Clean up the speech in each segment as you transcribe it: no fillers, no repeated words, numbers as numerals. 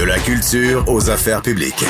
De la culture aux affaires publiques.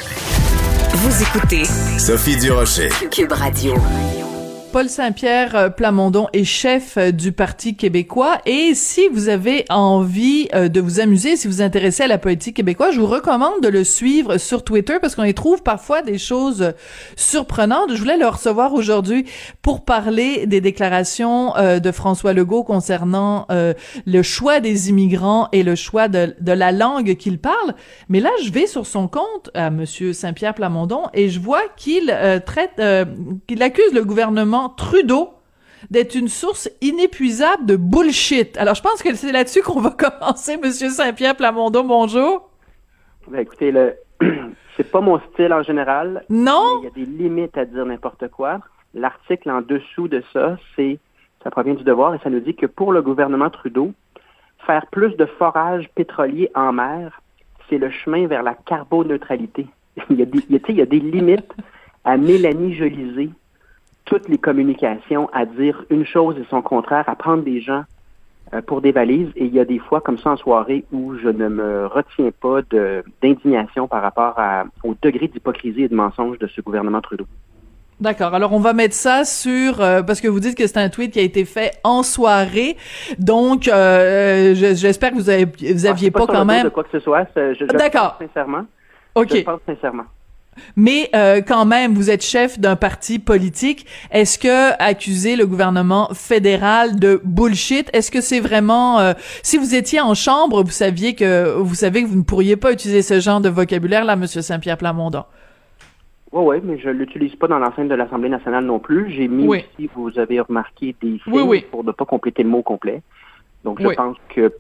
Vous écoutez Sophie Durocher. Cube Radio. Paul Saint-Pierre Plamondon est chef du Parti québécois, et si vous avez envie de vous amuser, si vous vous intéressez à la politique québécoise, je vous recommande de le suivre sur Twitter parce qu'on y trouve parfois des choses surprenantes. Je voulais le recevoir aujourd'hui pour parler des déclarations de François Legault concernant le choix des immigrants et le choix de la langue qu'il parle. Mais là, je vais sur son compte à Monsieur Saint-Pierre Plamondon et je vois qu'il qu'il accuse le gouvernement Trudeau d'être une source inépuisable de bullshit. Alors, je pense que c'est là-dessus qu'on va commencer, Monsieur Saint-Pierre Plamondon. Bonjour. Ben, écoutez, c'est pas mon style en général. Non? Il y a des limites à dire n'importe quoi. L'article en dessous de ça, ça provient du Devoir et ça nous dit que pour le gouvernement Trudeau, faire plus de forage pétrolier en mer, c'est le chemin vers la carboneutralité. il y a des limites à Mélanie Jolisée, toutes les communications, à dire une chose et son contraire, à prendre des gens pour des valises. Et il y a des fois, comme ça en soirée, où je ne me retiens pas d'indignation par rapport au degré d'hypocrisie et de mensonge de ce gouvernement Trudeau. D'accord. Alors, on va mettre ça sur... parce que vous dites que c'est un tweet qui a été fait en soirée. Donc, j'espère que vous aviez pas quand même... de quoi que ce soit. D'accord. Je pense sincèrement. OK. Je pense sincèrement. Mais quand même, vous êtes chef d'un parti politique. Est-ce que accuser le gouvernement fédéral de bullshit, est-ce que c'est vraiment... si vous étiez en chambre, vous savez que vous ne pourriez pas utiliser ce genre de vocabulaire-là, Monsieur Saint-Pierre Plamondon? Oui, mais je l'utilise pas dans l'enceinte de l'Assemblée nationale non plus. J'ai mis aussi, vous avez remarqué, des signes pour ne pas compléter le mot complet. Donc, je pense que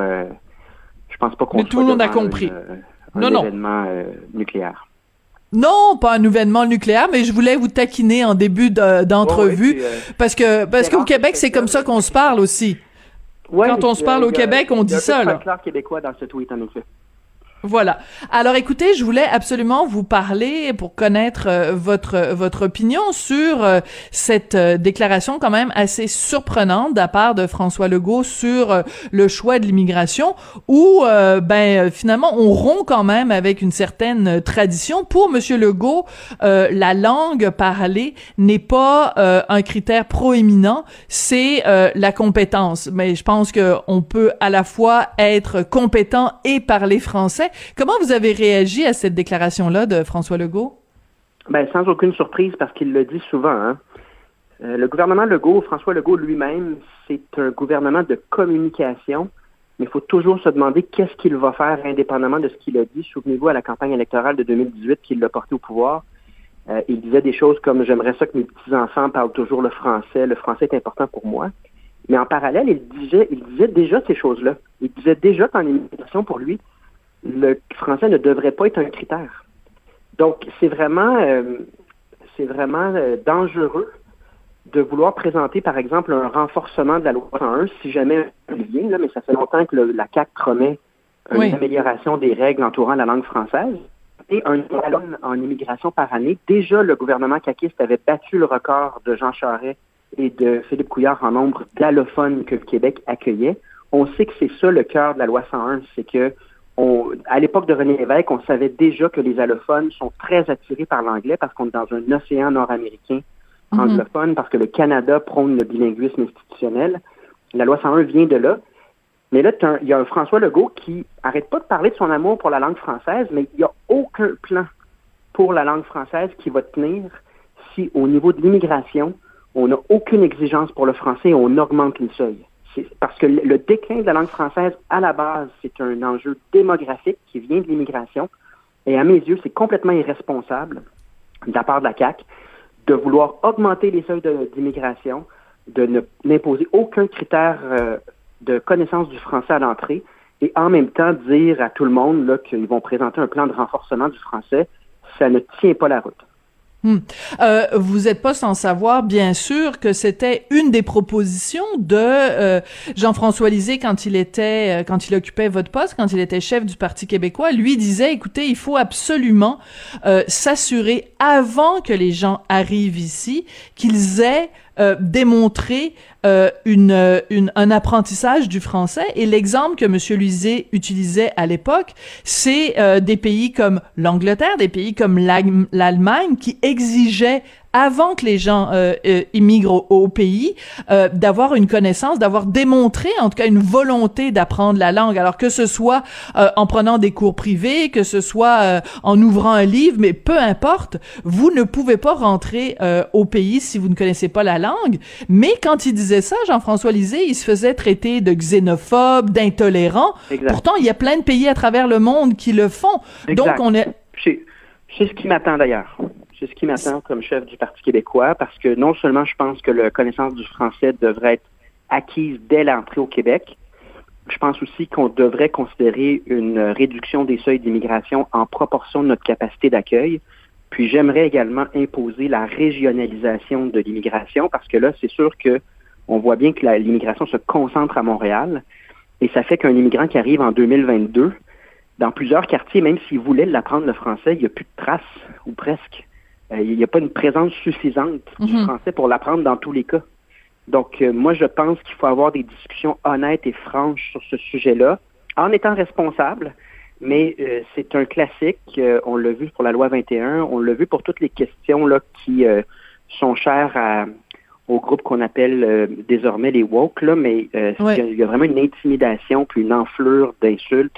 je pense pas qu'on mais tout le monde a compris. Un événement nucléaire. Non, pas un événement nucléaire, mais je voulais vous taquiner en début d'entrevue, parce qu'au Québec, c'est comme ça qu'on se parle aussi. Quand on se parle au Québec, on dit ça, là. Il y a un folklore québécois dans ce tweet, en effet. Voilà. Alors, écoutez, je voulais absolument vous parler pour connaître votre opinion sur cette déclaration quand même assez surprenante de la part de François Legault sur le choix de l'immigration, où finalement on rompt quand même avec une certaine tradition. Pour Monsieur Legault, la langue parlée n'est pas un critère proéminent, c'est la compétence. Mais je pense que on peut à la fois être compétent et parler français. Comment vous avez réagi à cette déclaration-là de François Legault? Ben, sans aucune surprise, parce qu'il le dit souvent, hein. Le gouvernement Legault, François Legault lui-même, c'est un gouvernement de communication, mais il faut toujours se demander qu'est-ce qu'il va faire indépendamment de ce qu'il a dit. Souvenez-vous, à la campagne électorale de 2018, qu'il l'a porté au pouvoir, il disait des choses comme « J'aimerais ça que mes petits-enfants parlent toujours le français est important pour moi ». Mais en parallèle, il disait déjà ces choses-là. Il disait déjà qu'en immigration, pour lui, le français ne devrait pas être un critère. Donc, c'est vraiment dangereux de vouloir présenter, par exemple, un renforcement de la loi 101, si jamais un lien, là, mais ça fait longtemps que la CAQ promet une amélioration des règles entourant la langue française, et un ballon en immigration par année. Déjà, le gouvernement caquiste avait battu le record de Jean Charest et de Philippe Couillard en nombre d'allophones que le Québec accueillait. On sait que c'est ça le cœur de la loi 101, c'est que à l'époque de René Lévesque, on savait déjà que les allophones sont très attirés par l'anglais parce qu'on est dans un océan nord-américain anglophone, parce que le Canada prône le bilinguisme institutionnel. La loi 101 vient de là. Mais là, il y a un François Legault qui arrête pas de parler de son amour pour la langue française, mais il n'y a aucun plan pour la langue française qui va tenir si, au niveau de l'immigration, on n'a aucune exigence pour le français et on augmente les seuils. Parce que le déclin de la langue française, à la base, c'est un enjeu démographique qui vient de l'immigration. Et à mes yeux, c'est complètement irresponsable de la part de la CAQ de vouloir augmenter les seuils d'immigration, de n'imposer aucun critère de connaissance du français à l'entrée et en même temps dire à tout le monde là, qu'ils vont présenter un plan de renforcement du français. Ça ne tient pas la route. Vous n'êtes pas sans savoir, bien sûr, que c'était une des propositions de Jean-François Lisée quand il occupait votre poste, quand il était chef du Parti québécois. Lui disait, écoutez, il faut absolument s'assurer, avant que les gens arrivent ici, qu'ils aient démontrer un apprentissage du français. Et l'exemple que M. Luizet utilisait à l'époque, c'est des pays comme l'Angleterre, des pays comme l'Allemagne qui exigeaient avant que les gens immigrent au pays, d'avoir une connaissance, d'avoir démontré en tout cas une volonté d'apprendre la langue. Alors que ce soit en prenant des cours privés, que ce soit en ouvrant un livre, mais peu importe, vous ne pouvez pas rentrer au pays si vous ne connaissez pas la langue. Mais quand il disait ça, Jean-François Lisée, il se faisait traiter de xénophobe, d'intolérant. Exact. Pourtant, il y a plein de pays à travers le monde qui le font. Exact. Donc, c'est ce qui m'attend d'ailleurs. C'est ce qui m'attend comme chef du Parti québécois, parce que non seulement je pense que la connaissance du français devrait être acquise dès l'entrée au Québec, je pense aussi qu'on devrait considérer une réduction des seuils d'immigration en proportion de notre capacité d'accueil. Puis j'aimerais également imposer la régionalisation de l'immigration, parce que là, c'est sûr que on voit bien que l'immigration se concentre à Montréal, et ça fait qu'un immigrant qui arrive en 2022, dans plusieurs quartiers, même s'il voulait l'apprendre le français, il n'y a plus de traces, ou presque. Il n'y a pas une présence suffisante du français pour l'apprendre dans tous les cas. Donc, moi, je pense qu'il faut avoir des discussions honnêtes et franches sur ce sujet-là, en étant responsable, mais c'est un classique. On l'a vu pour la loi 21, on l'a vu pour toutes les questions là qui sont chères au groupe qu'on appelle désormais les woke, là, mais il y a vraiment une intimidation puis une enflure d'insultes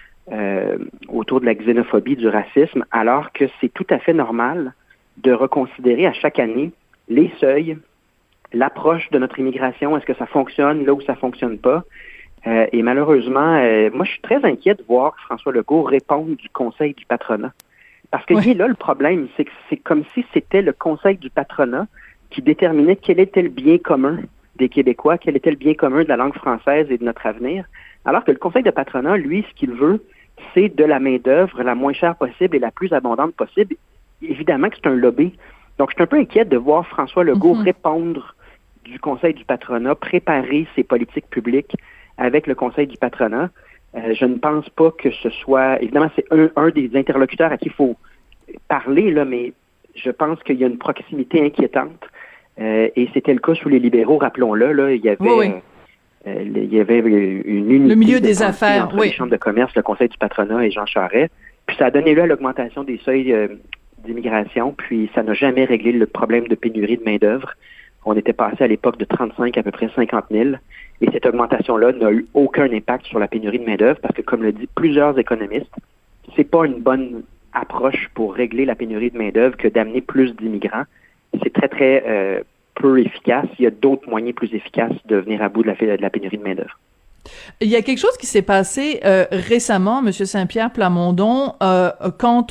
autour de la xénophobie, du racisme, alors que c'est tout à fait normal de reconsidérer à chaque année les seuils, l'approche de notre immigration, est-ce que ça fonctionne là où ça fonctionne pas? Et malheureusement, moi je suis très inquiet de voir François Legault répondre du Conseil du patronat. Parce que là, le problème, c'est que c'est comme si c'était le Conseil du patronat qui déterminait quel était le bien commun des Québécois, quel était le bien commun de la langue française et de notre avenir, alors que le Conseil de patronat, lui, ce qu'il veut, c'est de la main-d'œuvre la moins chère possible et la plus abondante possible. Évidemment que c'est un lobby. Donc, je suis un peu inquiète de voir François Legault répondre du Conseil du patronat, préparer ses politiques publiques avec le Conseil du patronat. Je ne pense pas que ce soit... Évidemment, c'est un des interlocuteurs à qui il faut parler, là, mais je pense qu'il y a une proximité inquiétante. Et c'était le cas sous les libéraux, rappelons-le. Là, il y avait... il y avait une unité le milieu des affaires, entre les chambres de commerce, le Conseil du patronat et Jean Charest. Puis ça a donné lieu à l'augmentation des seuils d'immigration, puis ça n'a jamais réglé le problème de pénurie de main-d'œuvre. On était passé à l'époque de 35 à peu près 50 000, et cette augmentation-là n'a eu aucun impact sur la pénurie de main-d'œuvre, parce que, comme le disent plusieurs économistes, c'est pas une bonne approche pour régler la pénurie de main-d'œuvre que d'amener plus d'immigrants. C'est très, très peu efficace. Il y a d'autres moyens plus efficaces de venir à bout de la pénurie de main-d'œuvre. Il y a quelque chose qui s'est passé récemment, Monsieur Saint-Pierre Plamondon, quand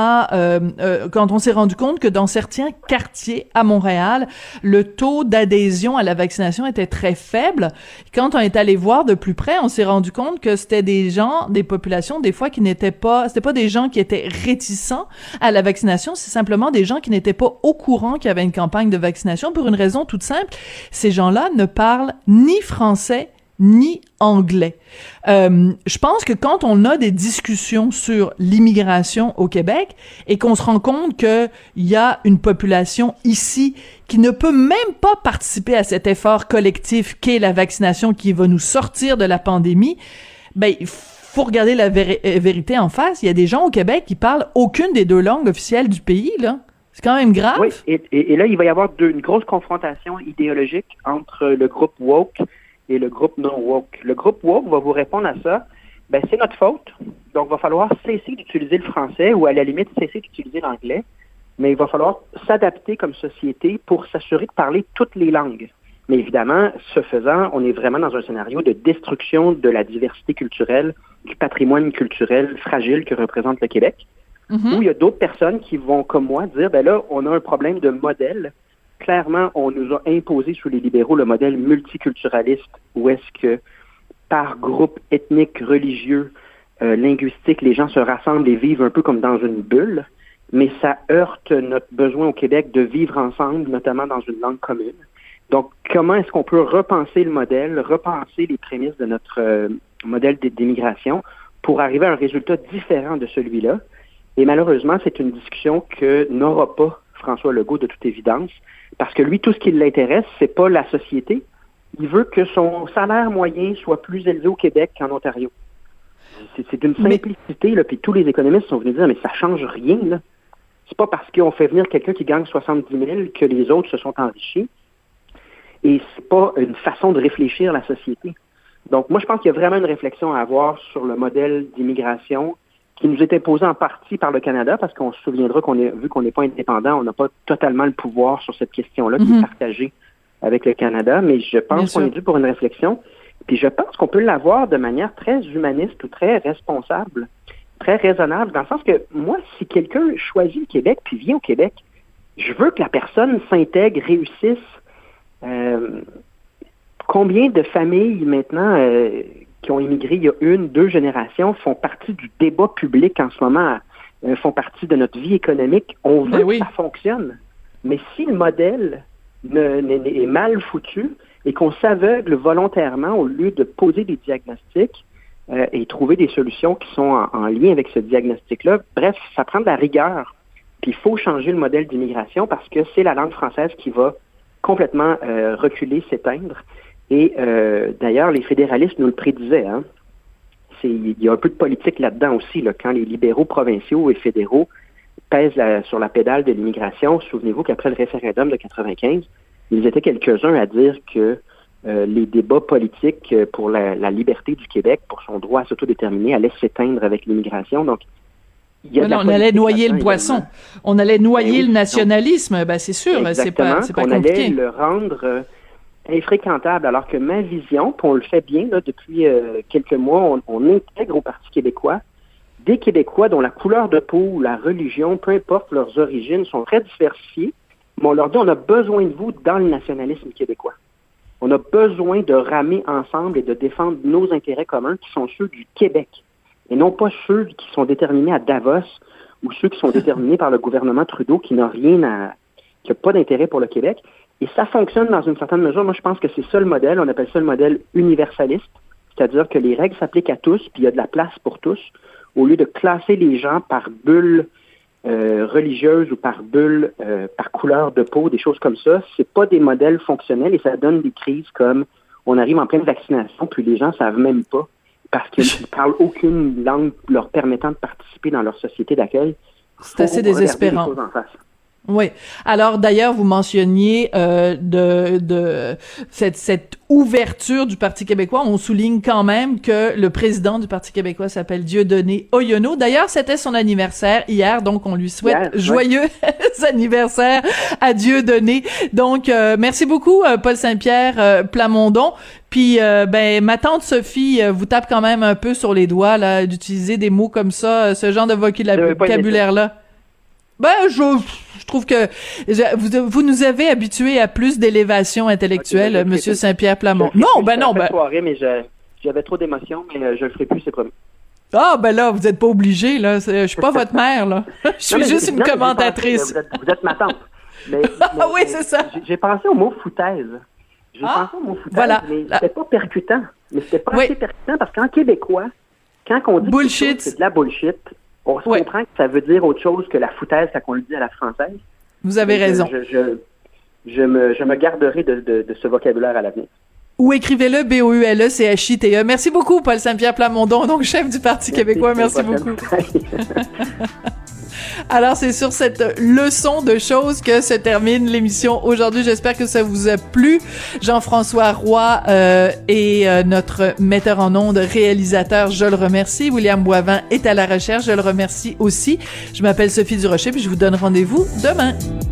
on s'est rendu compte que dans certains quartiers à Montréal, le taux d'adhésion à la vaccination était très faible. Quand on est allé voir de plus près, on s'est rendu compte que c'était des gens, des populations, des fois c'était pas des gens qui étaient réticents à la vaccination, c'est simplement des gens qui n'étaient pas au courant qu'il y avait une campagne de vaccination pour une raison toute simple. Ces gens-là ne parlent ni français ni anglais. Je pense que quand on a des discussions sur l'immigration au Québec et qu'on se rend compte qu'il y a une population ici qui ne peut même pas participer à cet effort collectif qu'est la vaccination qui va nous sortir de la pandémie, ben il faut regarder la vérité en face. Il y a des gens au Québec qui parlent aucune des deux langues officielles du pays, là. C'est quand même grave. Oui, et là, il va y avoir une grosse confrontation idéologique entre le groupe woke et le groupe non-woke. Le groupe woke va vous répondre à ça, ben c'est notre faute, donc il va falloir cesser d'utiliser le français ou à la limite cesser d'utiliser l'anglais, mais il va falloir s'adapter comme société pour s'assurer de parler toutes les langues. Mais évidemment, ce faisant, on est vraiment dans un scénario de destruction de la diversité culturelle, du patrimoine culturel fragile que représente le Québec, où il y a d'autres personnes qui vont, comme moi, dire, ben là, on a un problème de modèle. Clairement, on nous a imposé sous les libéraux le modèle multiculturaliste où est-ce que par groupe ethnique, religieux, linguistique, les gens se rassemblent et vivent un peu comme dans une bulle, mais ça heurte notre besoin au Québec de vivre ensemble, notamment dans une langue commune. Donc, comment est-ce qu'on peut repenser le modèle, repenser les prémices de notre modèle d'immigration pour arriver à un résultat différent de celui-là? Et malheureusement, c'est une discussion que n'aura pas François Legault de toute évidence, parce que lui, tout ce qui l'intéresse, c'est pas la société. Il veut que son salaire moyen soit plus élevé au Québec qu'en Ontario. C'est d'une simplicité, là, puis tous les économistes sont venus dire, mais ça change rien, là. C'est pas parce qu'on fait venir quelqu'un qui gagne 70 000 que les autres se sont enrichis. Et c'est pas une façon de réfléchir la société. Donc, moi, je pense qu'il y a vraiment une réflexion à avoir sur le modèle d'immigration qui nous est imposé en partie par le Canada, parce qu'on se souviendra vu qu'on n'est pas indépendant, on n'a pas totalement le pouvoir sur cette question-là qui est partagée avec le Canada, mais je pense qu'on est dû pour une réflexion. Puis je pense qu'on peut l'avoir de manière très humaniste ou très responsable, très raisonnable, dans le sens que moi, si quelqu'un choisit le Québec puis vient au Québec, je veux que la personne s'intègre, réussisse. Combien de familles maintenant qui ont immigré il y a 1-2 générations font partie du débat public en ce moment, font partie de notre vie économique? On veut que ça fonctionne. Mais si le modèle est mal foutu, et qu'on s'aveugle volontairement au lieu de poser des diagnostics et trouver des solutions qui sont en lien avec ce diagnostic-là. Bref, ça prend de la rigueur. Puis il faut changer le modèle d'immigration parce que c'est la langue française qui va complètement reculer, s'éteindre. Et d'ailleurs, les fédéralistes nous le prédisaient. Hein? Il y a un peu de politique là-dedans aussi, là, quand les libéraux provinciaux et fédéraux pèsent sur la pédale de l'immigration. Souvenez-vous qu'après le référendum de 95, ils étaient quelques-uns à dire que les débats politiques pour la liberté du Québec, pour son droit à s'autodéterminer, allaient s'éteindre avec l'immigration. Donc, on allait noyer le poisson. On allait noyer le nationalisme. Ben, c'est sûr, c'est pas compliqué. On allait le rendre infréquentable, alors que ma vision, puis on le fait bien là, depuis quelques mois, on intègre au Parti québécois des Québécois dont la couleur de peau ou la religion, peu importe leurs origines, sont très diversifiées. Mais on leur dit, on a besoin de vous dans le nationalisme québécois. On a besoin de ramer ensemble et de défendre nos intérêts communs qui sont ceux du Québec et non pas ceux qui sont déterminés à Davos ou ceux qui sont déterminés par le gouvernement Trudeau qui n'a pas d'intérêt pour le Québec. Et ça fonctionne dans une certaine mesure. Moi, je pense que c'est ça le modèle. On appelle ça le modèle universaliste, c'est-à-dire que les règles s'appliquent à tous puis il y a de la place pour tous au lieu de classer les gens par bulles religieuses ou par bulle, par couleur de peau, des choses comme ça, c'est pas des modèles fonctionnels et ça donne des crises comme on arrive en pleine vaccination puis les gens savent même pas parce qu'ils parlent aucune langue leur permettant de participer dans leur société d'accueil. C'est assez désespérant. Oui. Alors d'ailleurs, vous mentionniez de cette ouverture du Parti québécois. On souligne quand même que le président du Parti québécois s'appelle Dieudonné Oyono. D'ailleurs, c'était son anniversaire hier, donc on lui souhaite joyeux anniversaire à Dieudonné. Donc merci beaucoup Paul Saint-Pierre Plamondon. Puis ma tante Sophie vous tape quand même un peu sur les doigts là d'utiliser des mots comme ça, ce genre de vocabulaire là. Ben, je trouve que vous nous avez habitués à plus d'élévation intellectuelle, Monsieur Saint-Pierre Plamondon. Non. Soirée, mais j'avais trop d'émotions, mais je le ferai plus, c'est promis. Ah, ben là, vous êtes pas obligé, là. Je suis pas votre mère, là. Je suis juste une commentatrice. Vous êtes ma tante. Mais oui, c'est ça. J'ai pensé au mot foutaise. Voilà. Mais c'était pas percutant. Mais c'était pas assez percutant parce qu'en québécois, quand on dit bullshit, c'est de la bullshit, on se comprend que ça veut dire autre chose que la foutaise quand on le dit à la française. Vous avez raison. Je me garderai de ce vocabulaire à l'avenir. Ou écrivez-le BOULECHITE. Merci beaucoup, Paul Saint-Pierre Plamondon, donc chef du Parti québécois. Merci beaucoup. Alors, c'est sur cette leçon de choses que se termine l'émission aujourd'hui. J'espère que ça vous a plu. Jean-François Roy et notre metteur en ondes, réalisateur, je le remercie. William Boivin est à la recherche, je le remercie aussi. Je m'appelle Sophie Durocher, puis je vous donne rendez-vous demain.